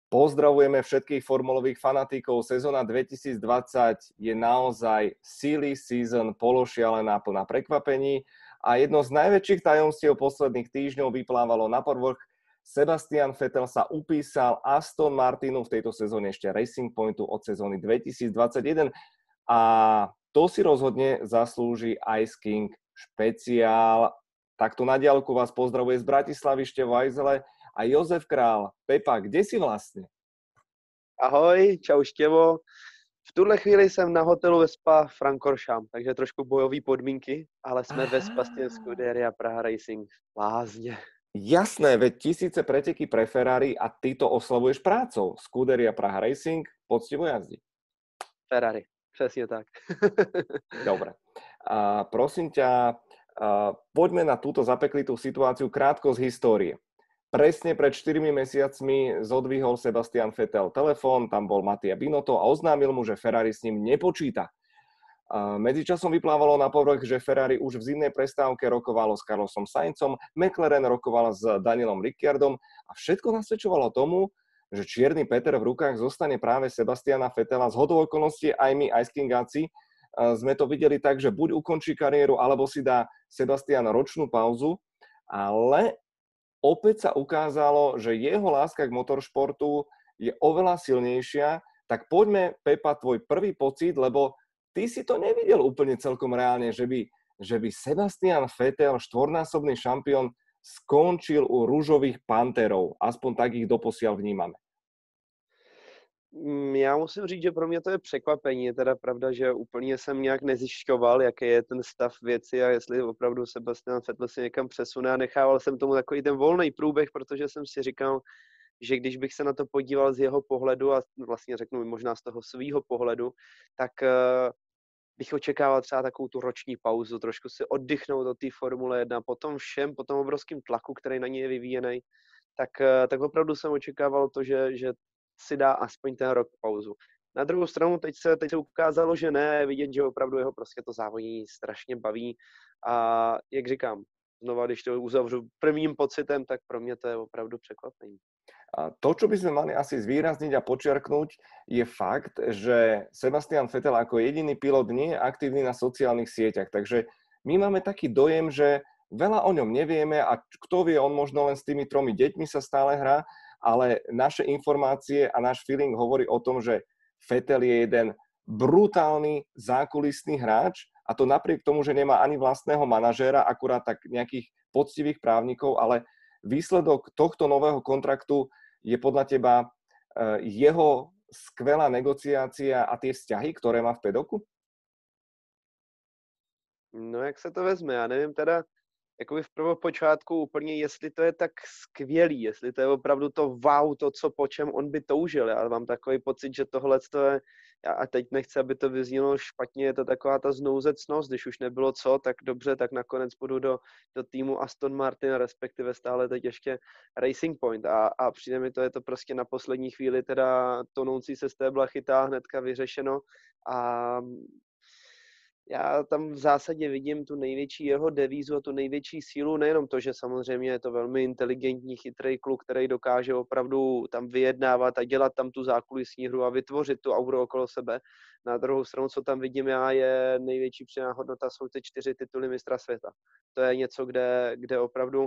Pozdravujeme všetkých formulových fanatikov. Sezóna 2020 je naozaj silly season, pološialená, plná prekvapení a jedno z najväčších tajomstiev posledných týždňov vyplávalo na povrch. Sebastian Vettel sa upísal Aston Martinu, v tejto sezóne ešte Racing Pointu od sezóny 2021 a to si rozhodne zaslúži Ice King špeciál. Takto na diaľku vás pozdravuje z Bratislavy Števo Ajzele a Jozef Král. Pepa, kde si vlastně? Ahoj, čau Štěvo. V tuhle chvíli jsem na hotelu ve Spa Francorchamps, takže trošku bojové podmínky, ale jsme ve Sebastian Scuderia Praha Racing. Lázně. Jasné, veď tisíce preteky pre Ferrari a ty to oslavuješ prácou. Scuderia Praha Racing, poctivo jazdí. Ferrari, přesně tak. Dobre. Prosím ťa, poďme na túto zapeklitú situáciu krátko z histórie. Presne pred 4 mesiacmi zodvihol Sebastian Vettel telefón, tam bol Mattia Binotto a oznámil mu, že Ferrari s ním nepočíta. Medzičasom vyplávalo na povrch, že Ferrari už v zimnej prestávke rokovalo s Carlosom Sainzom, McLaren rokoval s Danielom Ricciardom a všetko nasvedčovalo tomu, že čierny Peter v rukách zostane práve Sebastiana Vettela. Zhodou okolností aj my, Ice Kingáci, sme to videli tak, že buď ukončí kariéru, alebo si dá Sebastian ročnú pauzu, ale opäť sa ukázalo, že jeho láska k motoršportu je oveľa silnejšia. Tak poďme, Pepa, tvoj prvý pocit, lebo ty si to nevidel úplne celkom reálne, že by Sebastian Vettel, štvornásobný šampión, skončil u rúžových panterov. Aspoň tak ich doposiaľ vnímame. Já musím říct, že pro mě to je překvapení. Je teda pravda, že úplně jsem nějak nezjišťoval, jaký je ten stav věci a jestli opravdu Sebastian Vettel si někam přesune, a nechával jsem tomu takový ten volný průběh, protože jsem si říkal, že když bych se na to podíval z jeho pohledu a vlastně řeknu možná z toho svýho pohledu, tak bych očekával třeba takovou tu roční pauzu, trošku si oddychnout od té Formule 1, po tom všem, po tom obrovském tlaku, který na něj je vyvíjený, tak opravdu jsem očekával to, že si dá aspoň ten rok pauzu. Na druhou stranu teď se ukázalo, že ne, vidět, že opravdu jeho prostě to závodní strašně baví a jak říkám, znova, když to uzavřu prvním pocitem, tak pro mě to je opravdu překvapení. A to, čo by sme mali asi zvýrazniť a počiarknúť, je fakt, že Sebastian Vettel ako jediný pilot nie je aktívny na sociálnych sieťach. Takže my máme taký dojem, že veľa o ňom nevieme a kto vie, on možno len s tými 3 deťmi sa stále hrá, ale naše informácie a náš feeling hovorí o tom, že Vettel je jeden brutálny zákulisný hráč a to napriek tomu, že nemá ani vlastného manažéra, akurát tak nejakých poctivých právnikov, ale výsledok tohto nového kontraktu je podľa teba jeho skvelá negociácia a tie vzťahy, ktoré má v pedoku? No jak se to vezme, já nevím teda, jakoby v prvopočátku úplně, jestli to je tak skvělý, jestli to je opravdu to wow, to, co po čem on by toužil. Já mám takový pocit, že tohle to je, a teď nechci, aby to vyznělo špatně, je to taková ta znouzecnost, když už nebylo co, tak dobře, tak nakonec půjdu do týmu Aston Martin, respektive stále teď ještě Racing Point a přijde mi to, je to prostě na poslední chvíli teda tonoucí se stébla chytá hnedka vyřešeno a já tam v zásadě vidím tu největší jeho devízu a tu největší sílu, nejenom to, že samozřejmě je to velmi inteligentní, chytrý kluk, který dokáže opravdu tam vyjednávat a dělat tam tu zákulisní hru a vytvořit tu auru okolo sebe. Na druhou stranu, co tam vidím já, je největší přidaná hodnota, jsou ty 4 tituly mistra světa. To je něco, kde opravdu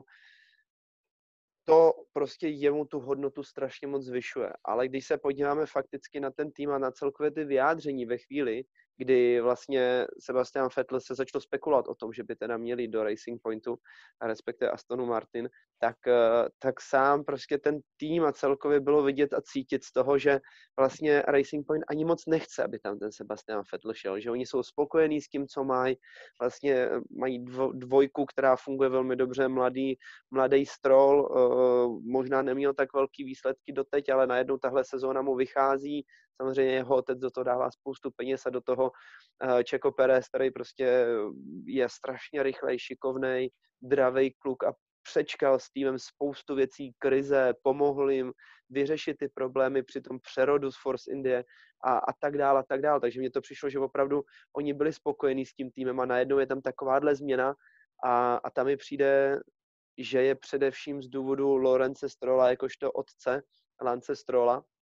to prostě jemu tu hodnotu strašně moc zvyšuje. Ale když se podíváme fakticky na ten tým a na celkově ty vyjádření ve chvíli, kdy vlastně Sebastian Vettel se začal spekulovat o tom, že by teda měli do Racing Pointu a respektive Astonu Martin, tak sám prostě ten tým a celkově bylo vidět a cítit z toho, že vlastně Racing Point ani moc nechce, aby tam ten Sebastian Vettel šel, že oni jsou spokojení s tím, co mají, vlastně mají dvojku, která funguje velmi dobře, mladý Stroll, možná neměl tak velký výsledky doteď, ale najednou tahle sezóna mu vychází. Samozřejmě jeho otec do toho dává spoustu peněz a do toho Checo Perez, který prostě je strašně rychlej, šikovnej, dravej kluk a přečkal s týmem spoustu věcí, krize, pomohl jim vyřešit ty problémy při tom přerodu z Force India a tak dále, a tak dále. Takže mně to přišlo, že opravdu oni byli spokojení s tím týmem a najednou je tam takováhle změna a tam mi přijde, že je především z důvodu Lorence Strolla jakožto otce Lance Strolla,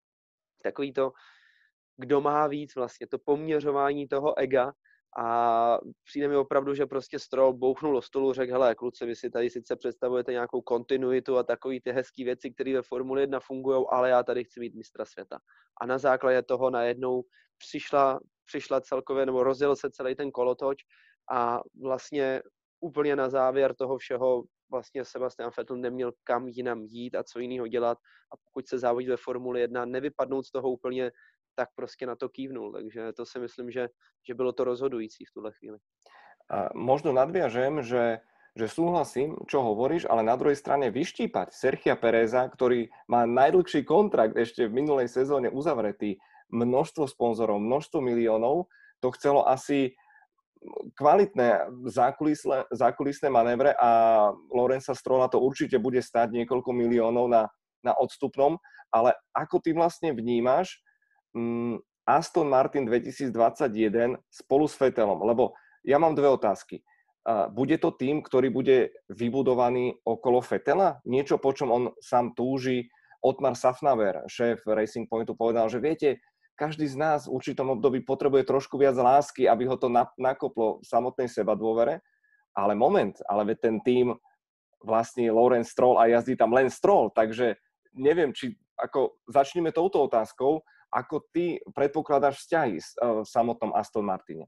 Takový to, kdo má víc vlastně, to poměřování toho ega. A přijde mi opravdu, že prostě Stroll bouchnul do stolu, řekl, hele kluci, vy si tady sice představujete nějakou kontinuitu a takový ty hezký věci, které ve Formuli 1 fungují, ale já tady chci mít mistra světa. A na základě toho najednou přišla celkově, nebo rozjel se celý ten kolotoč a vlastně úplně na závěr toho všeho vlastně Sebastian Vettel neměl kam jinam jít a co jiného dělat a pokud se závodí ve Formuli 1, nevypadnout z toho úplně, tak prostě na to kývnul. Takže to si myslím, že bylo to rozhodující v tuhle chvíli. Možno nadviažem, že súhlasím, čo hovoríš, ale na druhej strane vyštípať Sergia Pereza, ktorý má najdlhší kontrakt ešte v minulej sezóne uzavretý, množstvo sponzorov, množstvo miliónov, to chcelo asi kvalitné zákulisné manévre a Lawrencea Strolla to určite bude stáť niekoľko miliónov na odstupnom, ale ako ty vlastne vnímaš Aston Martin 2021 spolu s Vettelom? Lebo ja mám dve otázky. Bude to tým, ktorý bude vybudovaný okolo Vettela? Niečo, po čom on sám túži? Otmar Safnauer, šéf Racing Pointu, povedal, že viete, každý z nás v určitom období potrebuje trošku viac lásky, aby ho to nakoplo v samotnej sebadôvere. Ale ten tým vlastní Lawrence Stroll a jazdí tam len Stroll, takže neviem, či ako začneme touto otázkou, ako ty predpokladáš vzťahy v samotnom Aston Martine?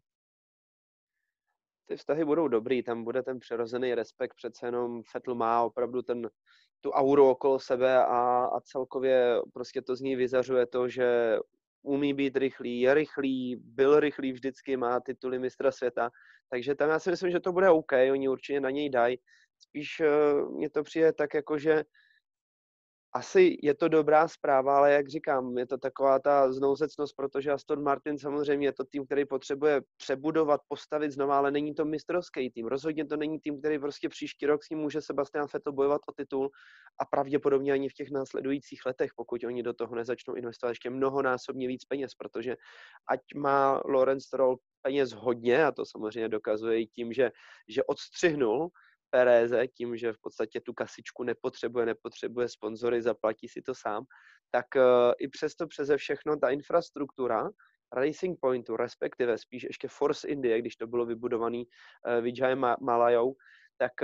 Ty vztahy budou dobrý, tam bude ten přirozený respekt, přece jenom Vettel má opravdu tu auru okolo sebe a celkově prostě to z ní vyzařuje to, že umí být rychlý, je rychlý, byl rychlý vždycky, má tituly mistra světa, takže tam já si myslím, že to bude OK, oni určitě na něj dají. Spíš mně to přijde tak jako, že asi je to dobrá zpráva, ale jak říkám, je to taková ta znouzecnost, protože Aston Martin samozřejmě je to tým, který potřebuje přebudovat, postavit znova, ale není to mistrovský tým. Rozhodně to není tým, který prostě příští rok s ním může Sebastian Vettel bojovat o titul a pravděpodobně ani v těch následujících letech, pokud oni do toho nezačnou investovat ještě mnohonásobně víc peněz, protože ať má Lawrence Stroll peněz hodně, a to samozřejmě dokazuje i tím, že odstřihnul Pereze tím, že v podstatě tu kasičku nepotřebuje sponzory, zaplatí si to sám, tak i přesto přeze všechno ta infrastruktura Racing Pointu, respektive spíš ještě Force India, když to bylo vybudovaný Vijajem Malajou, tak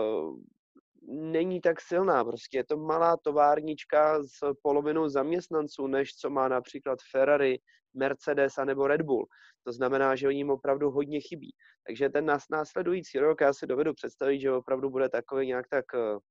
není tak silná. Prostě je to malá továrnička s polovinou zaměstnanců, než co má například Ferrari, Mercedes a nebo Red Bull. To znamená, že oni jim opravdu hodně chybí. Takže ten následující rok já si dovedu představit, že opravdu bude takový nějak tak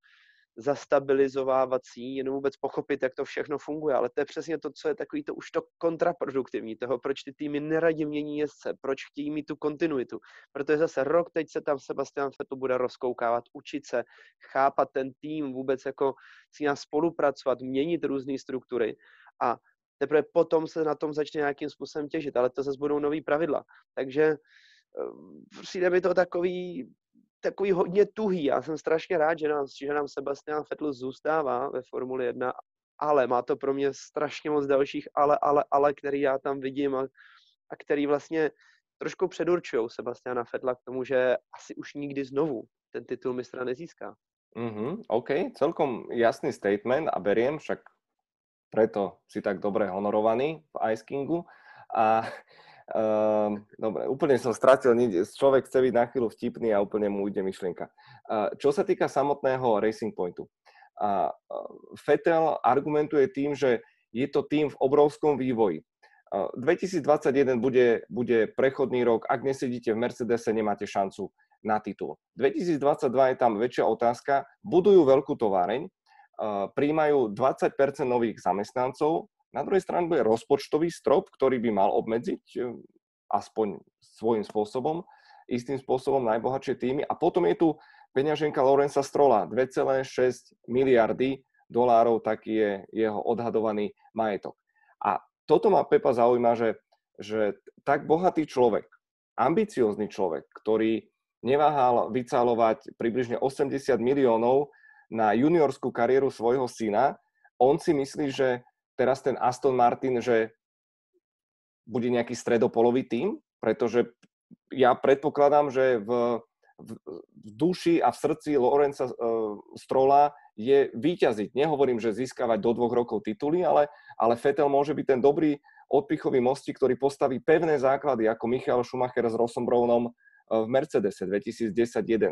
zastabilizovávací, jenom vůbec pochopit, jak to všechno funguje. Ale to je přesně to, co je takový to už to kontraproduktivní, toho, proč ty týmy neradě mění jezdce, proč chtějí mít tu kontinuitu. Protože zase rok teď se tam Sebastian Vettel bude rozkoukávat, učit se, chápat ten tým, vůbec jako s ním spolupracovat, měnit různé struktury a teprve potom se na tom začne nějakým způsobem těžit, ale to zase budou nový pravidla. Takže přijde mi to takový hodně tuhý. Já jsem strašně rád, že nám Sebastian Vettel zůstává ve Formuli 1, ale má to pro mě strašně moc dalších ale, který já tam vidím a který vlastně trošku předurčují Sebastiana Vettela k tomu, že asi už nikdy znovu ten titul mistra nezíská. OK, celkom jasný statement a beriem, však preto si tak dobre honorovaný v Ice Kingu. A dobre, úplne som stratil, človek chce byť na chvíľu vtipný a úplne mu ide myšlienka. Čo sa týka samotného Racing Pointu, Vettel argumentuje tým, že je to tým v obrovskom vývoji. 2021 bude prechodný rok, ak nesedíte v Mercedese, nemáte šancu na titul. 2022 je tam väčšia otázka, budujú veľkú továreň, prijímajú 20% nových zamestnancov, na druhej strane bude rozpočtový strop, ktorý by mal obmedziť aspoň svojím spôsobom, istým spôsobom najbohatšie týmy. A potom je tu peňaženka Lawrencea Strolla, 2,6 miliardy dolárov, taký je jeho odhadovaný majetok. A toto ma, Pepa, zaujíma, že tak bohatý človek, ambiciózny človek, ktorý neváhal vycálovať približne 80 miliónov na juniorskú kariéru svojho syna, on si myslí, že teraz ten Aston Martin, že bude nejaký stredopolový tím, pretože ja predpokladám, že v duši a v srdci Lawrencea Strolla je víťaziť. Nehovorím, že získavať do 2 rokov tituly, ale Vettel môže byť ten dobrý odpichový mostík, ktorý postaví pevné základy ako Michael Schumacher s Rossom Brownom v Mercedese 2010-11.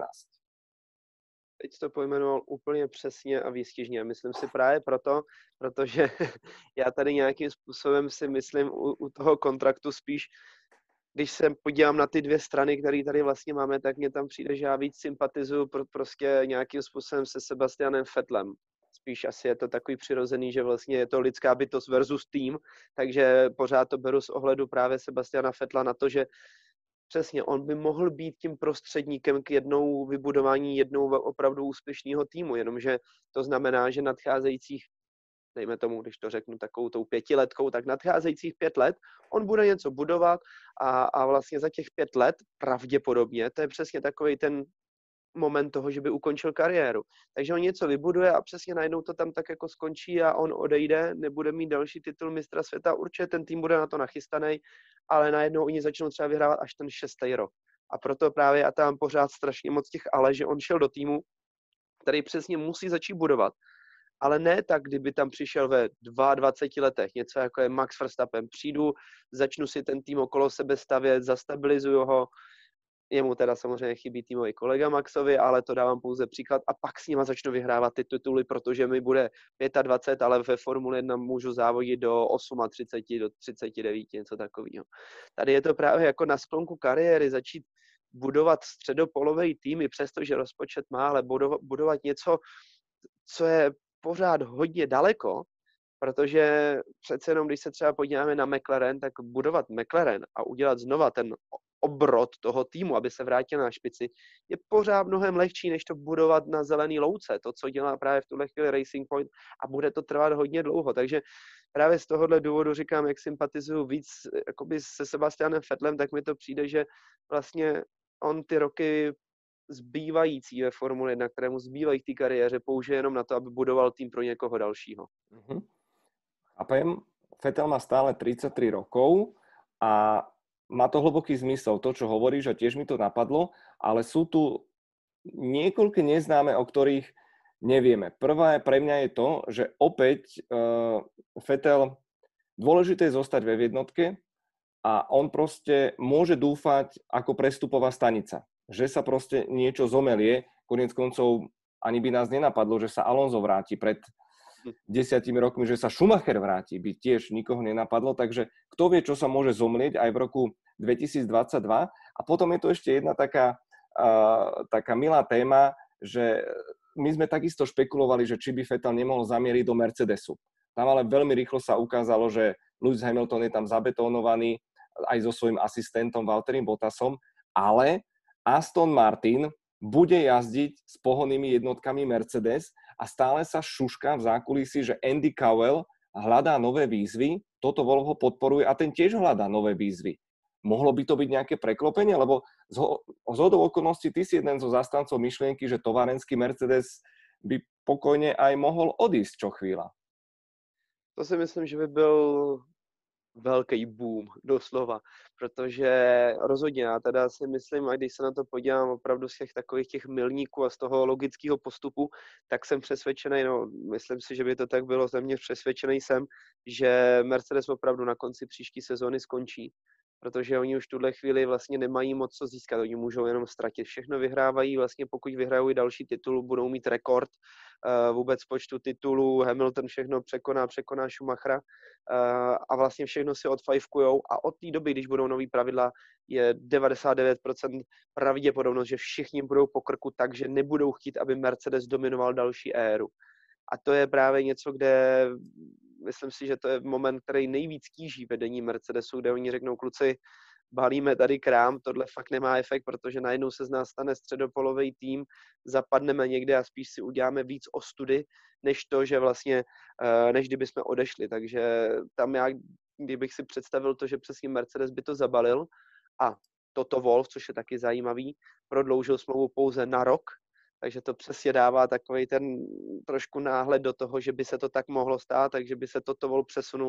Teď to pojmenoval úplně přesně a výstižně. Myslím si právě proto, protože já tady nějakým způsobem si myslím u toho kontraktu spíš, když se podívám na ty dvě strany, které tady vlastně máme, tak mně tam přijde, že já víc sympatizuju prostě nějakým způsobem se Sebastianem Vettelem. Spíš asi je to takový přirozený, že vlastně je to lidská bytost versus tým, takže pořád to beru z ohledu právě Sebastiana Vettela na to, že přesně, on by mohl být tím prostředníkem k vybudování jednou opravdu úspěšného týmu, jenomže to znamená, že nadcházejících, dejme tomu, když to řeknu takovou tou 5letkou, tak nadcházejících 5 let on bude něco budovat a vlastně za těch 5 let pravděpodobně, to je přesně takový ten moment toho, že by ukončil kariéru. Takže on něco vybuduje a přesně najednou to tam tak jako skončí a on odejde, nebude mít další titul mistra světa, určitě ten tým bude na to nachystaný, ale najednou oni začnou třeba vyhrávat až ten 6. rok. A proto právě já tam pořád strašně moc těch ale, že on šel do týmu, který přesně musí začít budovat, ale ne tak, kdyby tam přišel ve 22 letech, něco jako je Max Verstappen, přijdu, začnu si ten tým okolo sebe stavět, zastabilizuju ho, jemu teda samozřejmě chybí týmový kolega Maxovi, ale to dávám pouze příklad a pak s nima začnu vyhrávat ty tituly, protože mi bude 25, ale ve Formule 1 můžu závodit do 38, do 39, něco takového. Tady je to právě jako na sklonku kariéry začít budovat středopolový týmy, přestože rozpočet má, ale budovat něco, co je pořád hodně daleko, protože přece jenom, když se třeba podíváme na McLaren, tak budovat McLaren a udělat znova ten obrot toho týmu, aby se vrátil na špici, je pořád mnohem lehčí, než to budovat na zelený louce, to, co dělá právě v tuhle chvíli Racing Point a bude to trvat hodně dlouho. Takže právě z tohohle důvodu říkám, jak sympatizuju víc jakoby se Sebastianem Vettelem, tak mi to přijde, že vlastně on ty roky zbývající ve Formule 1, kterému zbývají v té kariéře, použije jenom na to, aby budoval tým pro někoho dalšího. Chápem, Vettel má stále 33 rokov a má to hlboký zmysel, to, čo hovoríš, a tiež mi to napadlo, ale sú tu niekoľké neznáme, o ktorých nevieme. Prvá pre mňa je to, že opäť Vettel, dôležité je zostať ve jednotke a on proste môže dúfať ako prestupová stanica, že sa proste niečo zomelie, koniec koncov ani by nás nenapadlo, že sa Alonso vráti pred 10 rokmi, že sa Schumacher vráti, by tiež nikoho nenapadlo, takže kto vie, čo sa môže zomlieť aj v roku 2022. A potom je tu ešte jedna taká milá téma, že my sme takisto špekulovali, že či by Vettel nemohol zamieriť do Mercedesu. Tam ale veľmi rýchlo sa ukázalo, že Lewis Hamilton je tam zabetónovaný aj so svojím asistentom Valtterim Bottasom, ale Aston Martin bude jazdiť s pohonnými jednotkami Mercedes a stále sa šuška v zákulisí, že Andy Cowell hľadá nové výzvy, toto Volvo podporuje a ten tiež hľadá nové výzvy. Mohlo by to byť nejaké preklopenie? Lebo zhodou okolností ty si jeden zo zastancov myšlienky, že továrenský Mercedes by pokojne aj mohol odísť čo chvíľa. To si myslím, že by byl velký boom, doslova, protože rozhodně já teda si myslím, a když se na to podívám opravdu z těch takových těch milníků a z toho logického postupu, tak jsem přesvědčený, no myslím si, že by to tak bylo, země přesvědčený jsem, že Mercedes opravdu na konci příští sezóny skončí, protože oni už v tuhle chvíli vlastně nemají moc co získat, oni můžou jenom ztratit. Všechno vyhrávají, vlastně pokud vyhrajou i další titul, budou mít rekord vůbec počtu titulů, Hamilton všechno překoná Schumachera a vlastně všechno si odfajfkujou a od té doby, když budou nový pravidla, je 99% pravděpodobnost, že všichni budou po krku tak, že nebudou chtít, aby Mercedes dominoval další éru. A to je právě něco, kde myslím si, že to je moment, který nejvíc tíží vedení Mercedesu, kde oni řeknou, kluci, balíme tady krám, tohle fakt nemá efekt, protože najednou se z nás stane středopolový tým, zapadneme někde a spíš si uděláme víc ostudy, než to, že vlastně, než kdyby jsme odešli. Takže tam já, kdybych si představil to, že přesně Mercedes by to zabalil a Toto Wolff, což je taky zajímavý, prodloužil smlouvu pouze na rok, takže to přesně dává takový ten trošku náhled do toho, že by se to tak mohlo stát, takže by se Toto Wolff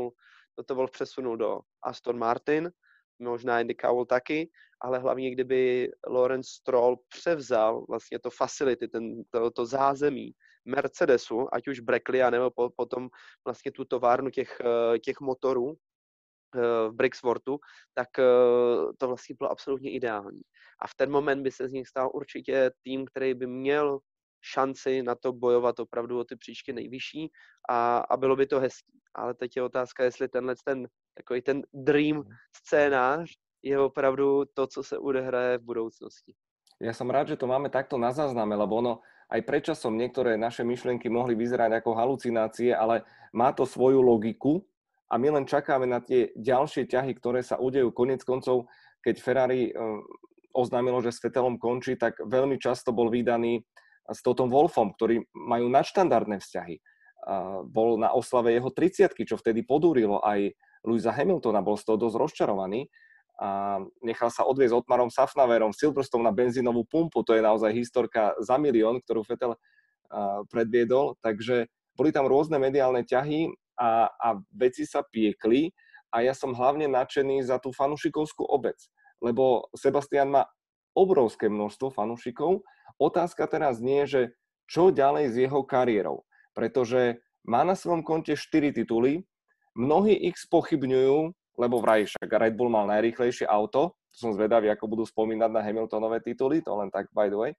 přesunul do Aston Martin, možná Andy Cowell taky, ale hlavně kdyby Lawrence Stroll převzal vlastně to facility, to zázemí Mercedesu, ať už Brackley, nebo potom vlastně tu továrnu těch motorů v Brixworthu, tak to vlastně bylo absolutně ideální. A v ten moment by se z nich stal určitě tým, který by měl šanci na to bojovat opravdu o ty příčky nejvyšší a bylo by to hezký. Ale teď je otázka, jestli takový ten dream scénář je opravdu to, co se odehraje v budoucnosti. Ja som rád, že to máme takto na zázname, lebo ono aj predčasom niektoré naše myšlienky mohli vyzerať ako halucinácie, ale má to svoju logiku a my len čakáme na tie ďalšie ťahy, ktoré sa udejú. Koniec koncov, keď Ferrari oznámilo, že s Vettelom končí, tak veľmi často bol vydaný s Totom Wolffom, ktorí majú nadštandardné vzťahy. Bol na oslave jeho 30-ky, čo vtedy podúrilo aj Lewisa Hamiltona, bol z toho dosť rozčarovaný a nechal sa odviezť Otmarom Safnaverom Silverstone na benzínovú pumpu. To je naozaj historka za milión, ktorú Vettel predviedol. Takže boli tam rôzne mediálne ťahy a veci sa piekli a ja som hlavne nadšený za tú fanúšikovskú obec, lebo Sebastian má obrovské množstvo fanúšikov. Otázka teraz nie, že čo ďalej s jeho kariérou, pretože má na svojom konte 4 tituly, mnohí ich spochybňujú, lebo vraj však Red Bull mal najrýchlejšie auto, to som zvedavý, ako budú spomínať na Hamiltonové tituly, to len tak by the way,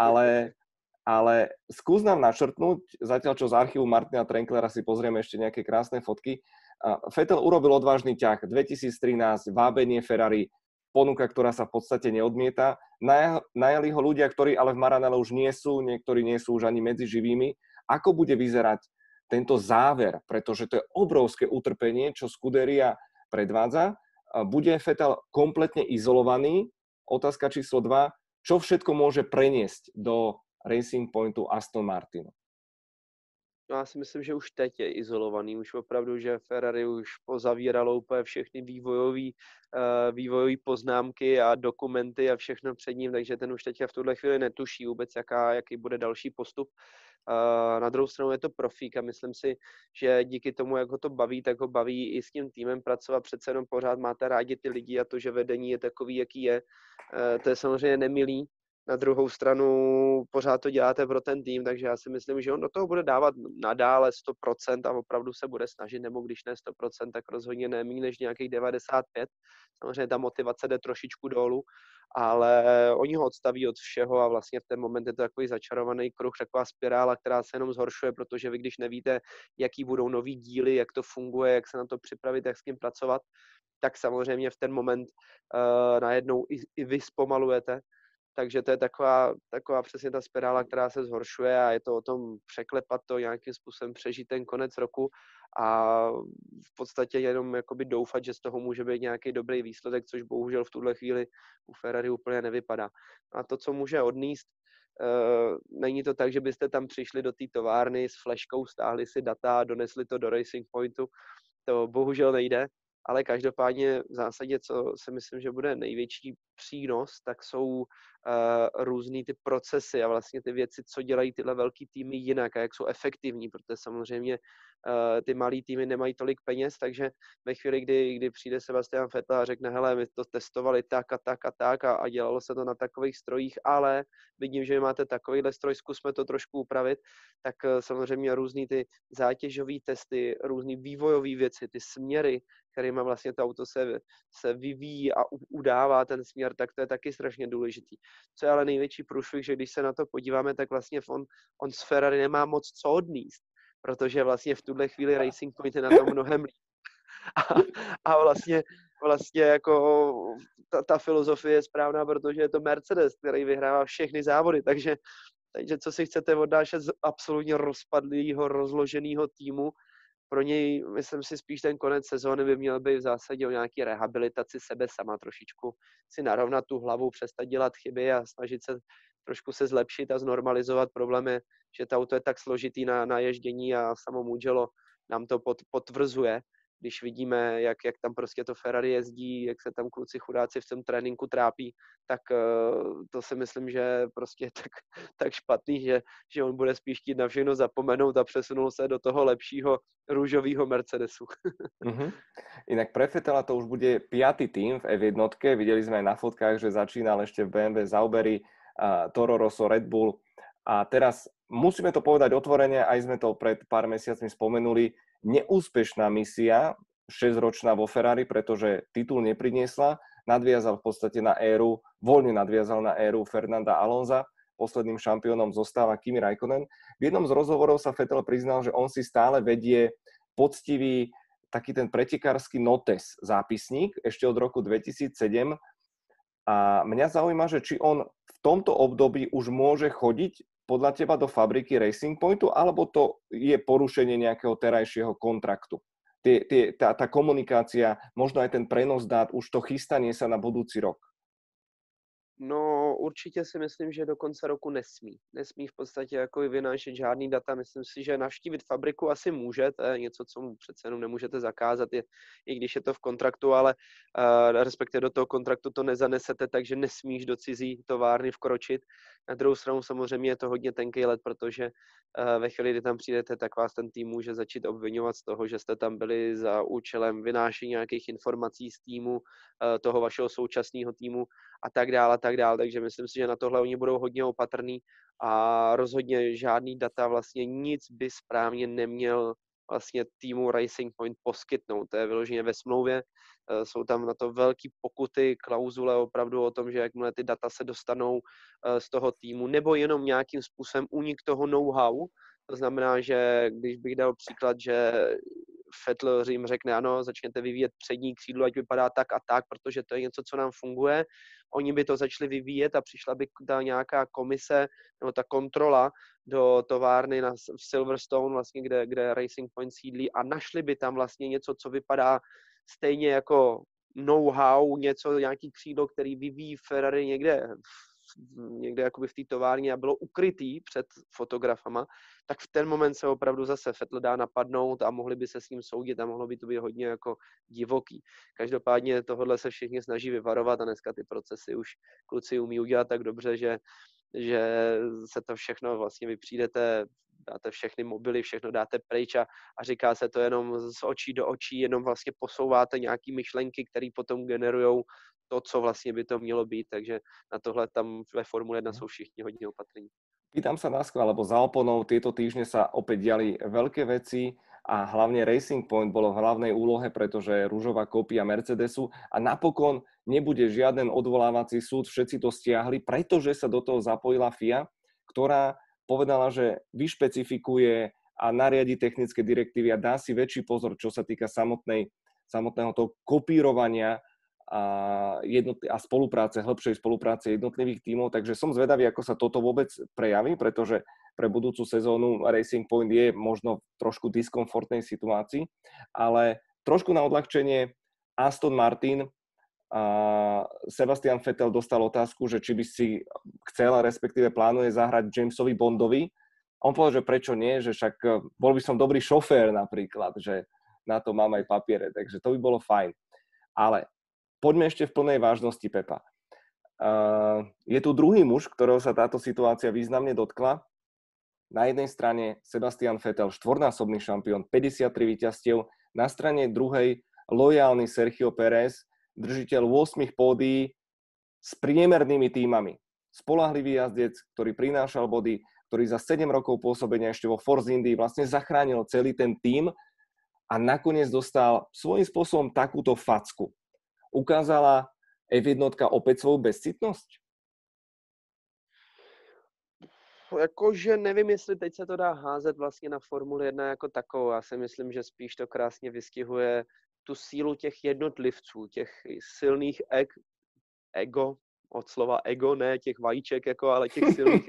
ale skús nám načrtnúť, zatiaľ čo z archívu Martina Trenklera si pozrieme ešte nejaké krásne fotky. Vettel urobil odvážny ťah, 2013, vábenie Ferrari, ponuka, ktorá sa v podstate neodmieta. Najali ho ľudia, ktorí ale v Maranello už nie sú, niektorí nie sú už ani medzi živými. Ako bude vyzerať tento záver, pretože to je obrovské utrpenie, čo Scuderia predvádza. Bude Vettel kompletne izolovaný? Otázka číslo 2. Čo všetko môže preniesť do Racing Pointu Aston Martinu? No já si myslím, že už teď je izolovaný, už opravdu, že Ferrari už pozavíralo úplně všechny vývojové poznámky a dokumenty a všechno před ním, takže ten už teď v tuhle chvíli netuší vůbec, jaký bude další postup. Na druhou stranu je to profík a myslím si, že díky tomu, jak ho to baví, tak ho baví i s tím týmem pracovat. Přece jenom pořád máte rádi ty lidi a to, že vedení je takový, jaký je, to je samozřejmě nemilý. Na druhou stranu pořád to děláte pro ten tým, takže já si myslím, že on do toho bude dávat nadále 100% a opravdu se bude snažit, nebo když ne 100%, tak rozhodně ne méně než nějakých 95%. Samozřejmě ta motivace jde trošičku dolů, ale oni ho odstaví od všeho a vlastně v ten moment je to takový začarovaný kruh, taková spirála, která se jenom zhoršuje, protože vy když nevíte, jaký budou nový díly, jak to funguje, jak se na to připravit, jak s tím pracovat, tak samozřejmě v ten moment najednou i vy zpomalujete. Takže to je taková přesně ta spirála, která se zhoršuje a je to o tom překlepat to, nějakým způsobem přežít ten konec roku a v podstatě jenom jakoby doufat, že z toho může být nějaký dobrý výsledek, což bohužel v tuhle chvíli u Ferrari úplně nevypadá. A to, co může odníst, není to tak, že byste tam přišli do té továrny s fleškou, stáhli si data a donesli to do Racing Pointu. To bohužel nejde. Ale každopádně v zásadě, co si myslím, že bude největší přínos, tak jsou různý ty procesy a vlastně ty věci, co dělají tyhle velký týmy jinak a jak jsou efektivní, protože samozřejmě ty malý týmy nemají tolik peněz, takže ve chvíli, kdy přijde Sebastian Vettel a řekne, hele, my to testovali tak a tak a tak a dělalo se to na takových strojích, ale vidím, že máte takovýhle stroj, zkusme to trošku upravit, tak samozřejmě různý ty zátěžové testy, různý vývojové věci, ty směry, kterýma vlastně to auto se vyvíjí a udává ten směr, tak to je taky strašně důležitý. Co je ale největší průšvih, že když se na to podíváme, tak vlastně on z Ferrari nemá moc co odníst, protože vlastně v tuhle chvíli Racing Point je na tom mnohem líp. A vlastně jako ta filozofie je správná, protože je to Mercedes, který vyhrává všechny závody, takže co si chcete odnášet z absolutně rozpadlého, rozloženého týmu, pro něj, myslím si, spíš ten konec sezóny by měl být v zásadě o nějaké rehabilitaci sebe sama, trošičku si narovnat tu hlavu, přestat dělat chyby a snažit se trošku se zlepšit a znormalizovat. Problém je, že to auto je tak složitý na ježdění a samo Mugello nám to potvrzuje, když vidíme, jak tam prostě to Ferrari jezdí, jak se tam kluci chudáci v tom tréninku trápí, tak to si myslím, že prostě je tak špatný, že on bude spíš chtít na všechno zapomenout a přesunul se do toho lepšího růžového Mercedesu. Inak pre Vettela to už bude 5. tým v F1. Videli sme aj na fotkách, že začínal ešte v BMW Saubery, Toro Rosso, Red Bull A teraz musíme to povedať otvorene, aj sme to pred pár mesiacmi spomenuli, neúspešná misia, 6-ročná vo Ferrari, pretože titul nepriniesla, nadviazal v podstate na éru, voľne nadviazal na éru Fernanda Alonsa, posledným šampiónom zostáva Kimi Räikkönen. V jednom z rozhovorov sa Vettel priznal, že on si stále vedie poctivý taký ten pretekársky notes zápisník ešte od roku 2007 a mňa zaujíma, že či on v tomto období už môže chodiť podľa teba do fabriky Racing Pointu, alebo to je porušenie nejakého terajšieho kontraktu. Tá komunikácia, možno aj ten prenos dát, už to chystanie sa na budúci rok. No určitě si myslím, že do konce roku nesmí. Nesmí v podstatě jako vynášet žádný data. Myslím si, že navštívit fabriku asi může, to je něco, co mu přece jenom nemůžete zakázat, i když je to v kontraktu, ale respektive do toho kontraktu to nezanesete, takže nesmíš do cizí továrny vkročit. Na druhou stranu samozřejmě je to hodně tenký let, protože ve chvíli, kdy tam přijdete, tak vás ten tým může začít obvinovat z toho, že jste tam byli za účelem vynášení nějakých informací z týmu, toho vašeho současného týmu a tak dále, takže myslím si, že na tohle oni budou hodně opatrný a rozhodně žádný data, vlastně nic by správně neměl vlastně týmu Racing Point poskytnout. To je vyloženě ve smlouvě, jsou tam na to velký pokuty, klauzule opravdu o tom, že jakmile ty data se dostanou z toho týmu, nebo jenom nějakým způsobem únik toho know-how, to znamená, že když bych dal příklad, že Vettel jim řekne, ano, začněte vyvíjet přední křídlo, ať vypadá tak a tak, protože to je něco, co nám funguje. Oni by to začali vyvíjet a přišla by ta nějaká komise nebo ta kontrola do továrny v Silverstone, vlastně, kde Racing Point sídlí a našli by tam vlastně něco, co vypadá stejně jako know-how, nějaký křídlo, který vyvíjí Ferrari někde jakoby v té továrně a bylo ukrytý před fotografama, tak v ten moment se opravdu zase Vettel dá napadnout a mohli by se s ním soudit a mohlo by to být hodně jako divoký. Každopádně tohle se všichni snaží vyvarovat a dneska ty procesy už kluci umí udělat tak dobře, že se to všechno vlastně vypřijdete, dáte všechny mobily, všechno dáte pryč a říká se to jenom z očí do očí, jenom vlastně posouváte nějaký myšlenky, které potom generujou to, co vlastně by to mělo být, takže na tohle tam ve Formule 1 jsou všichni hodně opatrní. Pýtam sa na skôr, lebo za oponou tieto týždne sa opäť diali veľké veci a hlavne Racing Point bolo v hlavnej úlohe, pretože ružová kópia Mercedesu a napokon nebude žiaden odvolávací súd, všetci to stiahli, pretože sa do toho zapojila FIA, ktorá povedala, že vyšpecifikuje a nariadi technické direktívy a dá si väčší pozor, čo sa týka samotného toho kopírovania a spolupráce, hĺbšej spolupráce jednotlivých tímov, takže som zvedavý, ako sa toto vôbec prejaví, pretože pre budúcu sezónu Racing Point je možno v trošku diskomfortnej situácii, ale trošku na odľahčenie Aston Martin a Sebastian Vettel dostal otázku, že či by si chcel, respektíve plánuje zahrať Jamesovi Bondovi. On povedal, že prečo nie, že však bol by som dobrý šofér napríklad, že na to mám aj papiere, takže to by bolo fajn. Ale poďme ešte v plnej vážnosti, Pepa. Je tu druhý muž, ktorého sa táto situácia významne dotkla. Na jednej strane Sebastian Vettel, štvornásobný šampión, 53 víťazstiev. Na strane druhej lojálny Sergio Pérez, držiteľ 8 pódií s priemernými tímami. Spoľahlivý jazdec, ktorý prinášal body, ktorý za 7 rokov pôsobenia ešte vo Force Indy vlastne zachránil celý ten tím a nakoniec dostal svojím spôsobom takúto facku. Ukázala F1 opět svou bezcitnost? Jakože nevím, jestli teď se to dá házet vlastně na Formuli 1 jako takovou. Já si myslím, že spíš to krásně vystihuje tu sílu těch jednotlivců, těch silných ego, od slova ego, ne těch vajíček, ale těch silných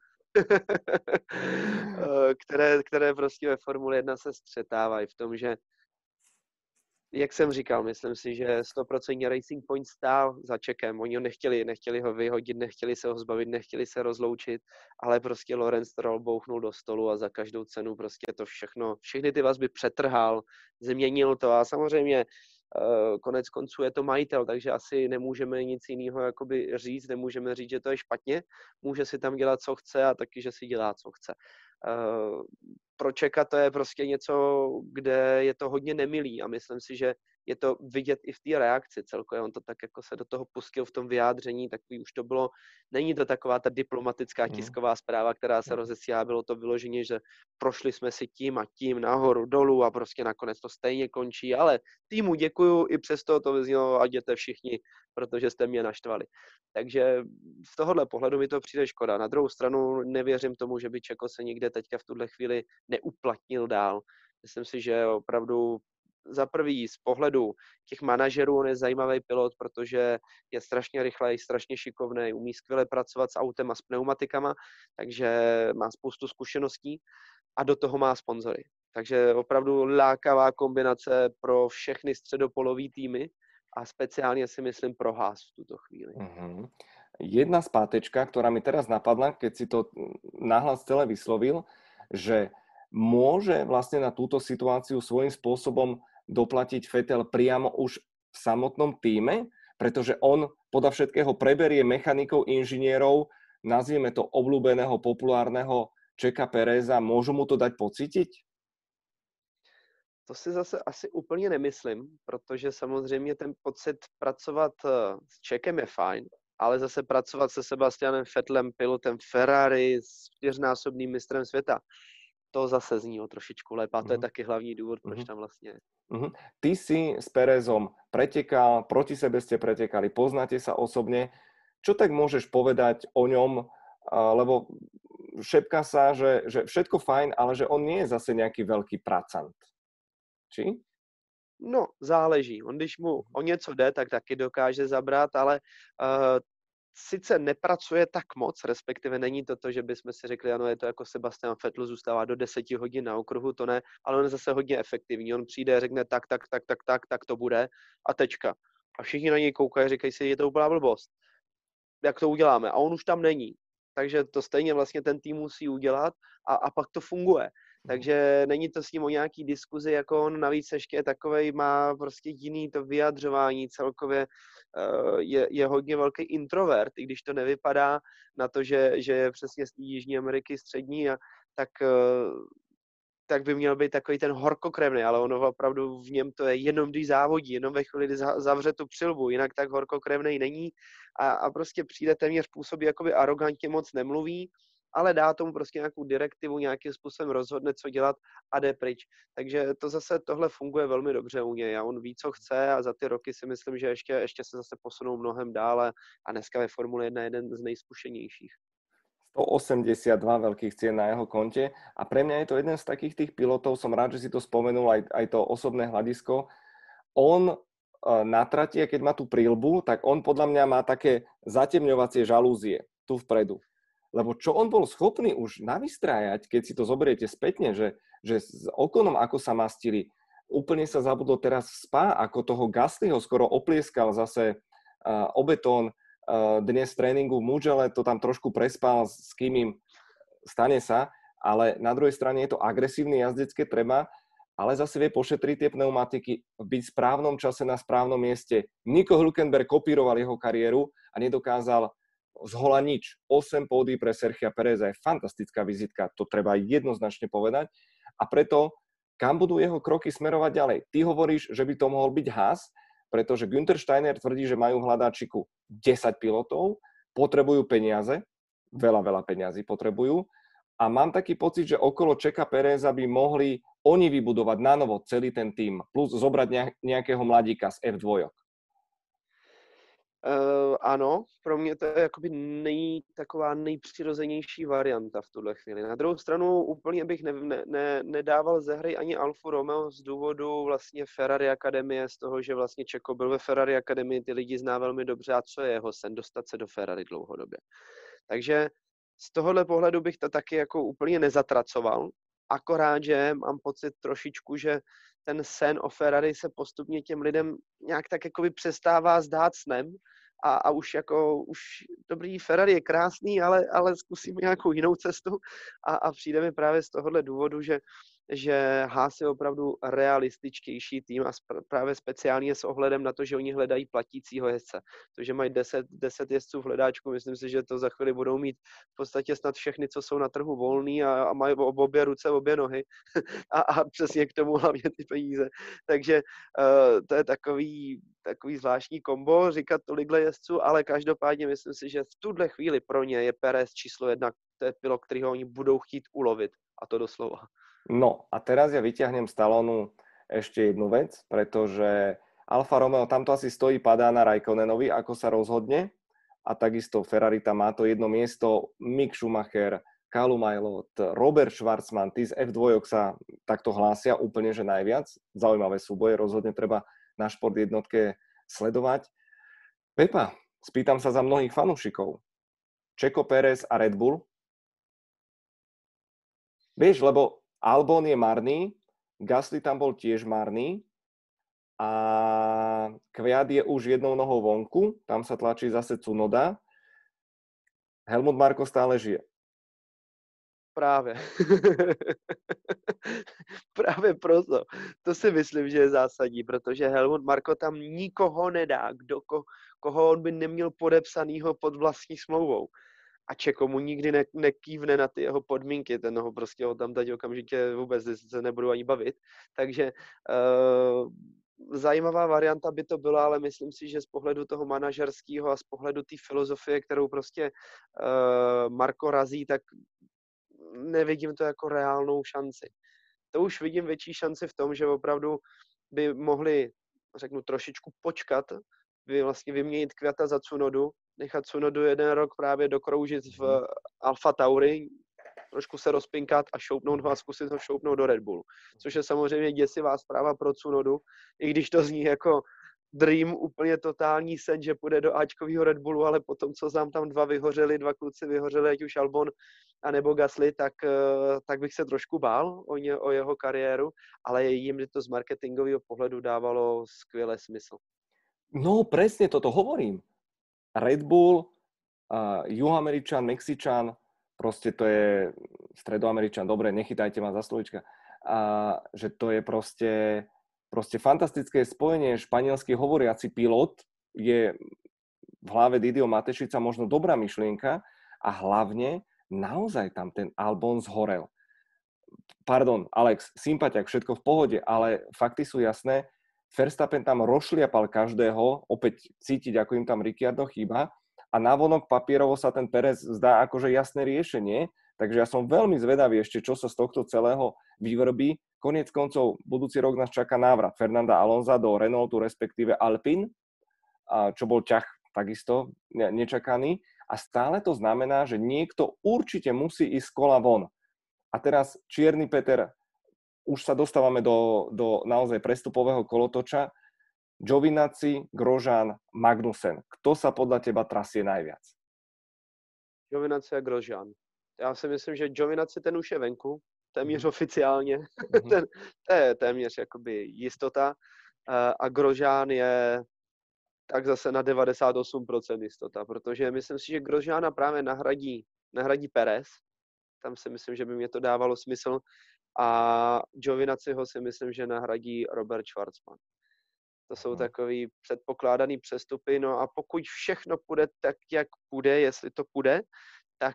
které prostě ve Formuli 1 se střetávají v tom, že jak jsem říkal, myslím si, že 100% Racing Point stál za Čekem. Oni ho nechtěli ho vyhodit, nechtěli se ho zbavit, nechtěli se rozloučit, ale prostě Lawrence Stroll bouchnul do stolu a za každou cenu prostě to všechny ty vazby přetrhal, změnil to a samozřejmě konec konců je to majitel, takže asi nemůžeme nic jiného jakoby říct, nemůžeme říct, že to je špatně, může si tam dělat, co chce a taky, že si dělá, co chce. pro Čeka to je prostě něco, kde je to hodně nemilý a myslím si, že je to vidět i v té reakci celkově. On to tak jako se do toho pustil v tom vyjádření, takový už to bylo, není to taková ta diplomatická tisková zpráva, která se rozesílá, bylo to vyloženě, že prošli jsme si tím a tím nahoru, dolů a prostě nakonec to stejně končí, ale týmu děkuju, i přesto to vyznělo, a jděte všichni, protože jste mě naštvali. Takže z tohohle pohledu mi to přijde škoda. Na druhou stranu nevěřím tomu, že by Čeko se někde teďka v tuhle chvíli neuplatnil dál. Myslím si, že opravdu za prvý z pohledu těch manažerů on je zajímavý pilot, protože je strašně rychlej, strašně šikovný, umí skvěle pracovat s autem a s pneumatikama, takže má spoustu zkušeností a do toho má sponzory. Takže opravdu lákavá kombinace pro všechny středopolový týmy a speciálně si myslím pro Haas v tuto chvíli. Jedna spátečka, ktorá mi teraz napadla, keď si to nahlas celé vyslovil, že môže vlastne na túto situáciu svojím spôsobom doplatiť Vettel priamo už v samotnom týme, pretože on podľa všetkého preberie mechanikov, inžinierov, nazvieme to obľúbeného, populárneho Čeka Pereza. Môžu mu to dať pocítiť? To si zase asi úplně nemyslím, protože samozřejmě ten pocit pracovat s Čekem je fajn, ale zase pracovat se Sebastianem Vettelem, pilotem Ferrari, s 4násobným mistrem světa, to zase zní o trošičku lépe a to je taky hlavní důvod, proč tam vlastně je. Ty si s Perezom pretekal, proti sebe ste pretekali, poznáte sa osobne. Čo tak môžeš povedať o ňom, lebo šepká sa, že všetko fajn, ale že on nie je zase nejaký veľký pracant. Či? No, záleží. On když mu o něco jde, tak taky dokáže zabrat, ale sice nepracuje tak moc, respektive není to, že bychom si řekli, ano, je to jako Sebastian Vettel, zůstává do 10 hodin na okruhu, to ne, ale on je zase hodně efektivní. On přijde, řekne tak to bude a tečka. A všichni na něj koukají, říkají si, je to úplná blbost. Jak to uděláme? A on už tam není. Takže to stejně vlastně ten tým musí udělat a pak to funguje. Takže není to s ním o nějaký diskuzi, jako on navíc ještě takovej má prostě jiný to vyjadřování, celkově je hodně velký introvert, i když to nevypadá na to, že je přesně z té Jižní Ameriky střední, tak by měl být takový ten horkokrevný, ale ono opravdu v něm to je jenom když závodí, jenom ve chvíli, kdy zavře tu přilbu, jinak tak horkokrevný není a prostě přijde téměř působí, jakoby arrogantně moc nemluví, ale dá tomu prostě nějakou direktivu, nějakým způsobem rozhodne, co dělat a jde pryč. Takže to zase tohle funguje velmi dobře u něj a on ví, co chce a za ty roky si myslím, že ještě se zase posunou mnohem dále a dneska ve Formule 1 je jeden z nejzkušenějších. 182 veľkých cien na jeho konte a pre mňa je to jeden z takých tých pilotov, som rád, že si to spomenul, aj to osobné hľadisko. On na trati, keď má tú príľbu, tak on podľa mňa má také zatemňovacie žalúzie tu vpredu. Lebo čo on bol schopný už navystrájať, keď si to zoberiete spätne, že s Oconom ako sa mastili, úplne sa zabudlo teraz v Spa, ako toho Gaslyho skoro oplieskal zase o betón. Dnes v tréningu v Mugello to tam trošku prespal, s kým im stane sa, ale na druhej strane je to agresívny jazdec, keď treba, ale zase vie pošetriť tie pneumatiky, byť v správnom čase na správnom mieste. Nico Hülkenberg kopíroval jeho kariéru a nedokázal zhola nič. 8 pódií pre Sergia Pereza je fantastická vizitka, to treba jednoznačne povedať. A preto, kam budú jeho kroky smerovať ďalej? Ty hovoríš, že by to mohol byť Haas, pretože Günther Steiner tvrdí, že majú v hľadáčiku 10 pilotov, potrebujú peniaze, veľa peňazí potrebujú a mám taký pocit, že okolo Čeka Pereza by mohli oni vybudovať na novo celý ten tým, plus zobrať nejakého mladíka z F2. Ano, pro mě to je jakoby taková nejpřirozenější varianta v tuhle chvíli. Na druhou stranu úplně bych nedával ze hry ani Alfu Romeo z důvodu vlastně Ferrari Akademie, z toho, že vlastně Čeko byl ve Ferrari Akademii, ty lidi zná velmi dobře a co je jeho sen, dostat se do Ferrari dlouhodobě. Takže z tohohle pohledu bych to taky jako úplně nezatracoval, akorát, že mám pocit trošičku, že ten sen o Ferrari se postupně těm lidem nějak tak jakoby přestává zdát snem a už dobrý, Ferrari je krásný, ale zkusíme nějakou jinou cestu a přijde mi právě z tohohle důvodu, že že Haas je opravdu realističtější tým a právě speciálně s ohledem na to, že oni hledají platícího jezdce. To, že mají 10 jezdců v hledáčku, myslím si, že to za chvíli budou mít v podstatě snad všechny, co jsou na trhu volný a mají obě ruce, obě nohy a přesně k tomu hlavně ty peníze. Takže to je takový zvláštní kombo říkat tolikhle jezdců, ale každopádně myslím si, že v tuhle chvíli pro ně je Perez číslo 1, to je pilot, kterýho oni budou chtít ulovit. A to doslova. No a teraz ja vyťahnem z talónu ešte jednu vec, pretože Alfa Romeo tamto asi stojí, padá na Raikkonenovi, ako sa rozhodne. A takisto Ferrari tam má to jedno miesto, Mick Schumacher, Callum Ilott, Robert Schwarzman, tí z F2 sa takto hlásia úplne, že najviac. Zaujímavé súboje, rozhodne treba na Šport jednotke sledovať. Pepa, spýtam sa za mnohých fanúšikov. Checo Pérez a Red Bull? Vieš, lebo Albon je marný, Gasly tam bol tiež marný a Kvyat je už jednou nohou vonku, tam sa tlačí zase Tsunoda. Helmut Marko stále žije. Právě. Právě proto. To si myslím, že je zásadní, protože Helmut Marko tam nikoho nedá, koho on by neměl podepsanýho pod vlastní smlouvou. A Čeko mu nikdy nekývne na ty jeho podmínky, ten ho prostě ho tam dať okamžitě vůbec se nebudu ani bavit. Takže zajímavá varianta by to byla, ale myslím si, že z pohledu toho manažerského a z pohledu té filozofie, kterou prostě Marko razí, tak nevidím to jako reálnou šanci. To už vidím větší šanci v tom, že opravdu by mohli, řeknu, trošičku počkat, vlastně vyměnit Kvyata za Tsunodu, nechat Tsunodu jeden rok právě dokroužit v Alfa Tauri, trošku se rozpinkat a šoupnout ho a zkusit ho šoupnout do Red Bullu. Což je samozřejmě děsivá zpráva pro Tsunodu, i když to zní jako dream, úplně totální sen, že půjde do Ačkovýho Red Bullu, ale potom, co tam dva kluci vyhořeli, ať už Albon anebo Gasly, tak bych se trošku bál o jeho kariéru, ale jim to z marketingového pohledu dávalo skvěle smysl. No, presne toto hovorím. Red Bull, Juhoameričan, Mexičan, proste to je Stredoameričan, dobre, nechytajte ma za slovička, že to je proste fantastické spojenie. Španielsky hovoriaci pilot je v hlave Didio Matešica možno dobrá myšlienka a hlavne naozaj tam ten Albon zhorel. Pardon, Alex, sympatiak, všetko v pohode, ale fakty sú jasné. Verstappen tam rozšliapal každého, opäť cítiť, ako im tam Ricciardo chýba a navonok papierovo sa ten Perez zdá akože jasné riešenie, takže ja som veľmi zvedavý ešte, čo sa z tohto celého vyvrbí. Koniec koncov, budúci rok nás čaká návrat Fernanda Alonsa do Renaultu, respektíve Alpine, čo bol ťah takisto nečakaný a stále to znamená, že niekto určite musí ísť z kola von. A teraz Čierny Peter, už sa dostávame do naozaj prestupového kolotoča. Giovinazzi, Grosjean, Magnussen. Kto sa podľa teba trasie najviac? Giovinazzi a Grosjean. Já si myslím, že Giovinazzi ten už je venku, téměř oficiálně. To je téměř jakoby jistota. A Grosjean je tak zase na 98% jistota, protože myslím si, že Grosjeana právě nahradí Perez. Tam si myslím, že by mě to dávalo smysl. A Giovinazziho si myslím, že nahradí Robert Schwarzman. To jsou takový předpokládaný přestupy. No a pokud všechno půjde tak, jak půjde, jestli to půjde, tak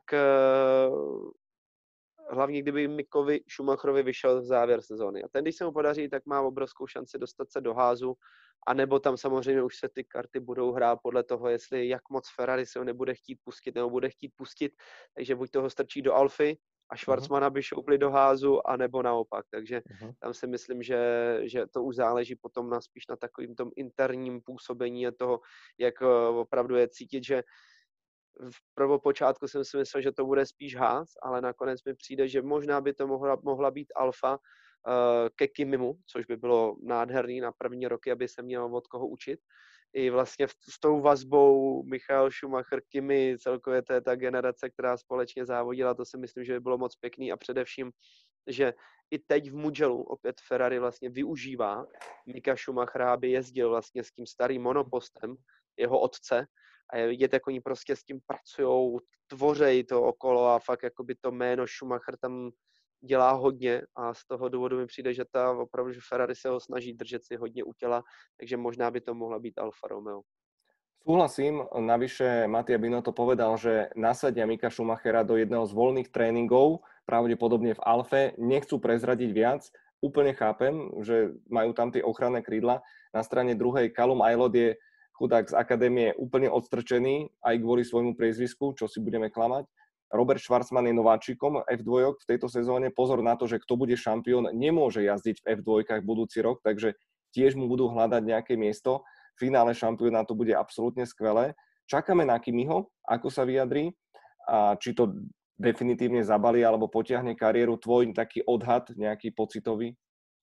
hlavně kdyby Mickovi Schumacherovi vyšel v závěr sezóny. A ten, když se mu podaří, tak má obrovskou šanci dostat se do házu, anebo tam samozřejmě už se ty karty budou hrát podle toho, jestli jak moc Ferrari se ho nebude chtít pustit, nebo bude chtít pustit, takže buď toho strčí do Alfy a Schwarzmana by šoupli do házu, anebo naopak. Takže tam si myslím, že to už záleží potom spíš na takovým tom interním působení a toho, jak opravdu je cítit, že v prvopočátku jsem si myslel, že to bude spíš Haas, ale nakonec mi přijde, že možná by to mohla být Alfa ke Kimimu, což by bylo nádherný na první roky, aby se měl od koho učit. I vlastně s tou vazbou Michael Schumacher, Kimi, celkově to je ta generace, která společně závodila, to si myslím, že by bylo moc pěkný a především, že i teď v Mugellu opět Ferrari vlastně využívá Mika Schumachera, aby jezdil vlastně s tím starým monopostem jeho otce a je vidět, jak oni prostě s tím pracujou, tvořejí to okolo a fakt jakoby to jméno Schumacher tam dělá hodně a z toho důvodu mi přijde, že opravdu, že Ferrari se ho snaží držet si hodně u těla, takže možná by to mohla být Alfa Romeo. Súhlasím, navyše Mattia Binotto povedal, že nasadia Mika Schumachera do jedného z voľných tréningov, pravdepodobne v Alfe, nechcú prezradiť viac. Úplne chápem, že majú tam tie ochranné krídla. Na strane druhej Callum Aylott je chudák z akadémie úplne odstrčený, aj kvôli svojmu priezvisku, čo si budeme klamať. Robert Schwarzman je nováčikom F2 v tejto sezóne. Pozor na to, že kto bude šampión, nemôže jazdiť v F2 budúci rok, takže tiež mu budú hľadať nejaké miesto. V finále šampionátu bude absolútne skvelé. Čakáme na Kimiho, ako sa vyjadrí, a či to definitívne zabalí alebo potiahne kariéru. Tvoj taký odhad, nejaký pocitový?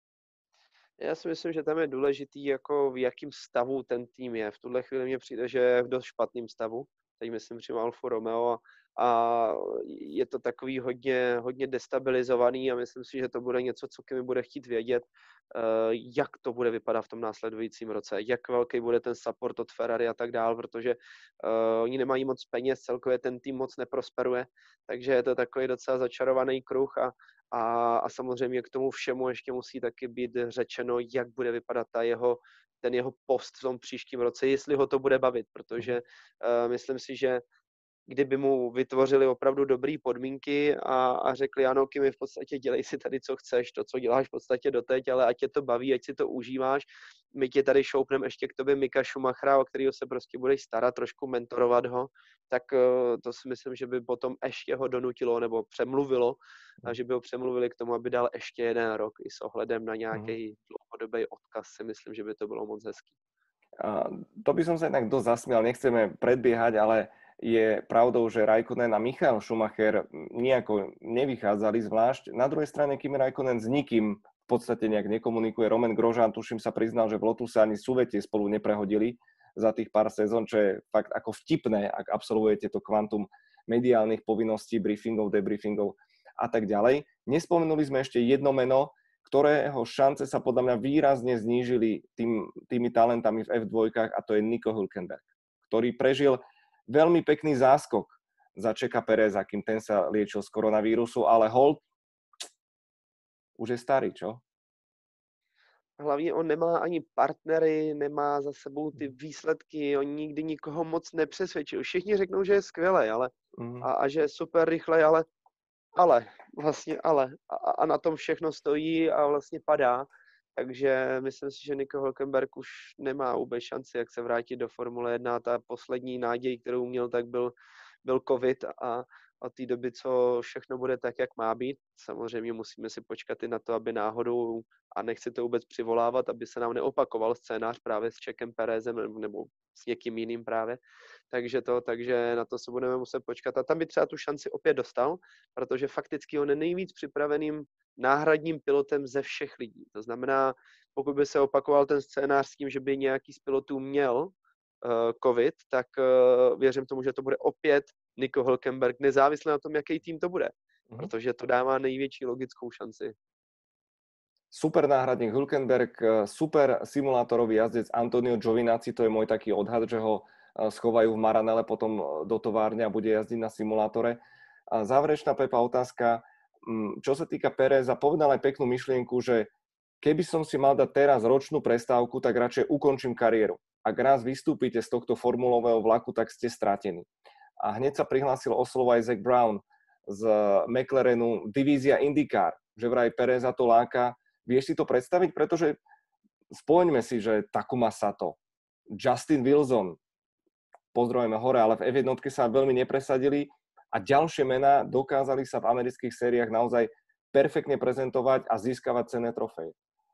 Já si myslím, že tam je důležitý, jako v jakém stavu ten tým je. V tuhle chvíli mně přijde, že je v dost špatném stavu. Teď myslím přímo Alfa Romeo a je to takový hodně destabilizovaný a myslím si, že to bude něco, co Kimi bude chtít vědět, jak to bude vypadat v tom následujícím roce, jak velký bude ten support od Ferrari a tak dál, protože oni nemají moc peněz, celkově ten tým moc neprosperuje, takže je to takový docela začarovaný kruh a samozřejmě k tomu všemu ještě musí taky být řečeno, jak bude vypadat ten jeho post v tom příštím roce, jestli ho to bude bavit, protože myslím si, že kdyby mu vytvořili opravdu dobré podmínky a řekli, ano, Kimi, v podstatě dělej si tady, co chceš, to, co děláš v podstatě doteď, ale ať tě to baví, ať si to užíváš, my tě tady šoupneme ještě k tobě Mika Schumachera, o kterého se prostě budeš starat, trošku mentorovat ho, tak to si myslím, že by potom ještě ho donutilo nebo přemluvilo, a že by ho přemluvili k tomu, aby dal ještě jeden rok i s ohledem na nějaký dlouhodobý odkaz, si myslím, že by to bylo moc hezký. To by som sa jednak dosť zasmial, nechceme predbiehať, ale je pravdou, že Raikkonen a Michael Schumacher nejako nevychádzali zvlášť. Na druhej strane Kimi Raikkonen s nikým v podstate nejak nekomunikuje. Romain Grosjean, tuším, sa priznal, že v Lotuse ani súvete spolu neprehodili za tých pár sezón, čo je fakt ako vtipné, ak absolvujete to kvantum mediálnych povinností, briefingov, debriefingov a tak ďalej. Nespomenuli sme ešte jedno meno, ktorého šance sa podľa mňa výrazne znížili tými talentami v F2 a to je Nico Hülkenberg, ktorý prežil veľmi pekný záskok za Čeka Pereza, kým ten sa liečil z koronavírusu, ale hold už je starý, čo? Hlavně on nemá ani partnery, nemá za sebou ty výsledky, on nikdy nikoho moc nepřesvědčil. Všichni řeknou, že je skvělej, a že je super rychlej, ale na tom všechno stojí a vlastně padá. Takže myslím si, že Nico Hülkenberg už nemá vůbec šanci, jak se vrátit do Formule 1. Ta poslední náděj, kterou měl, tak byl covid a od té doby, co všechno bude tak, jak má být. Samozřejmě musíme si počkat i na to, aby náhodou, a nechci to vůbec přivolávat, aby se nám neopakoval scénář právě s Čekem Perezem nebo s někým jiným právě. Takže na to se budeme muset počkat. A tam by třeba tu šanci opět dostal, protože fakticky on je nejvíc připraveným náhradním pilotem ze všech lidí. To znamená, pokud by se opakoval ten scénář s tím, že by nějaký z pilotů měl covid, tak věřím tomu, že to bude opět Nico Hülkenberg, nezávisle na tom, jaký tým to bude. Protože to dává největší logickou šanci. Super náhradník Hülkenberg, super simulátorový jazdec Antonio Giovinazzi, to je môj taký odhad, že ho schovajú v Maranele potom do továrne a bude jazdiť na simulátore. A záverečná, Pepa, otázka, čo sa týka Pereza, povedal aj peknú myšlienku, že keby som si mal dať teraz ročnú prestávku, tak radšej ukončím kariéru. Ak raz vystúpite z tohto formulového vlaku, tak ste stratení. A hneď sa prihlásil o slovo aj Zak Brown z McLarenu, divízia IndyCar, že vraj Pereza to láka. Vieš si to predstaviť? Pretože spomeňme si, že Takuma Sato, Justin Wilson, pozdravujeme hore, ale v F1 sa veľmi nepresadili a ďalšie mená dokázali sa v amerických sériách naozaj perfektne prezentovať a získavať cenné trofeje.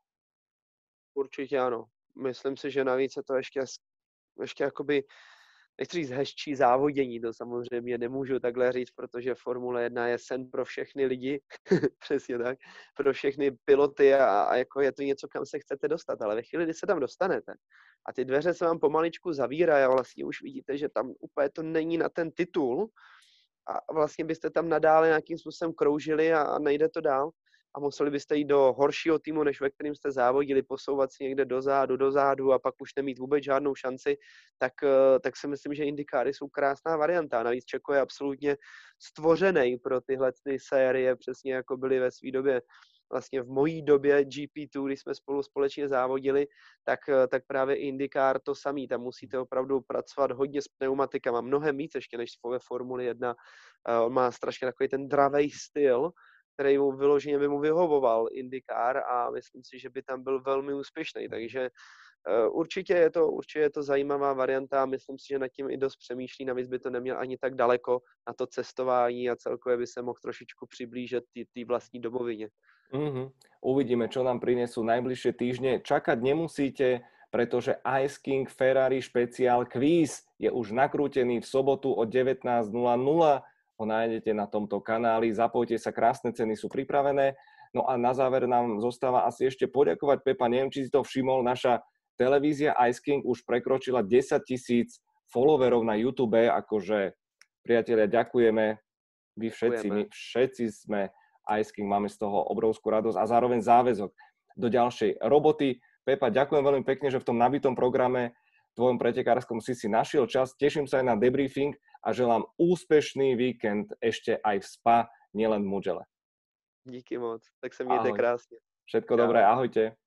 Určitě ano. Myslím si, že navíc je to ještě jakoby, nechci říct hezčí závodění, to samozřejmě nemůžu takhle říct, protože Formule 1 je sen pro všechny lidi, přesně tak, pro všechny piloty a jako je to něco, kam se chcete dostat, ale ve chvíli, kdy se tam dostanete a ty dveře se vám pomaličku zavírají a vlastně už vidíte, že tam úplně to není na ten titul a vlastně byste tam nadále nějakým způsobem kroužili a nejde to dál a museli byste jít do horšího týmu, než ve kterým jste závodili, posouvat si někde dozadu a pak už nemít vůbec žádnou šanci, tak si myslím, že IndyCary jsou krásná varianta. Navíc Checo je absolutně stvořený pro tyhle ty série, přesně jako byly ve své době. Vlastně v mojí době GP2, když jsme spolu společně závodili, tak právě IndyCar to samý. Tam musíte opravdu pracovat hodně s pneumatikama, mnohem víc ještě než ve Formuli 1. On má strašně takový ten dravej styl, který mu vyloženě by mu vyhovoval IndyCar a myslím si, že by tam byl velmi úspěšný. Takže určitě je to zajímavá varianta a myslím si, že nad tím i dost přemýšlí, navíc by to neměl ani tak daleko na to cestování a celkově by se mohl trošičku přiblížit té vlastní domovině. Uvidíme, čo nám prinesú najbližšie týždne. Čakať nemusíte, pretože Ice King Ferrari špeciál kvíz je už nakrútený v sobotu o 19:00. Ho nájdete na tomto kanáli. Zapojte sa, krásne ceny sú pripravené. No a na záver nám zostáva asi ešte poďakovať, Pepa, neviem, či si to všimol, naša televízia Ice King už prekročila 10 000 followerov na YouTube, akože priatelia, ďakujeme. Vy všetci, my všetci sme Ice King, máme z toho obrovskú radosť a zároveň záväzok do ďalšej roboty. Pepa, ďakujem veľmi pekne, že v tom nabitom programe tvojom pretekárskom si našiel čas. Teším sa aj na debriefing a želám úspešný víkend ešte aj v Spa, nielen v Mugello. Díky moc, tak se mějte krásně. Všetko dobré, ahojte.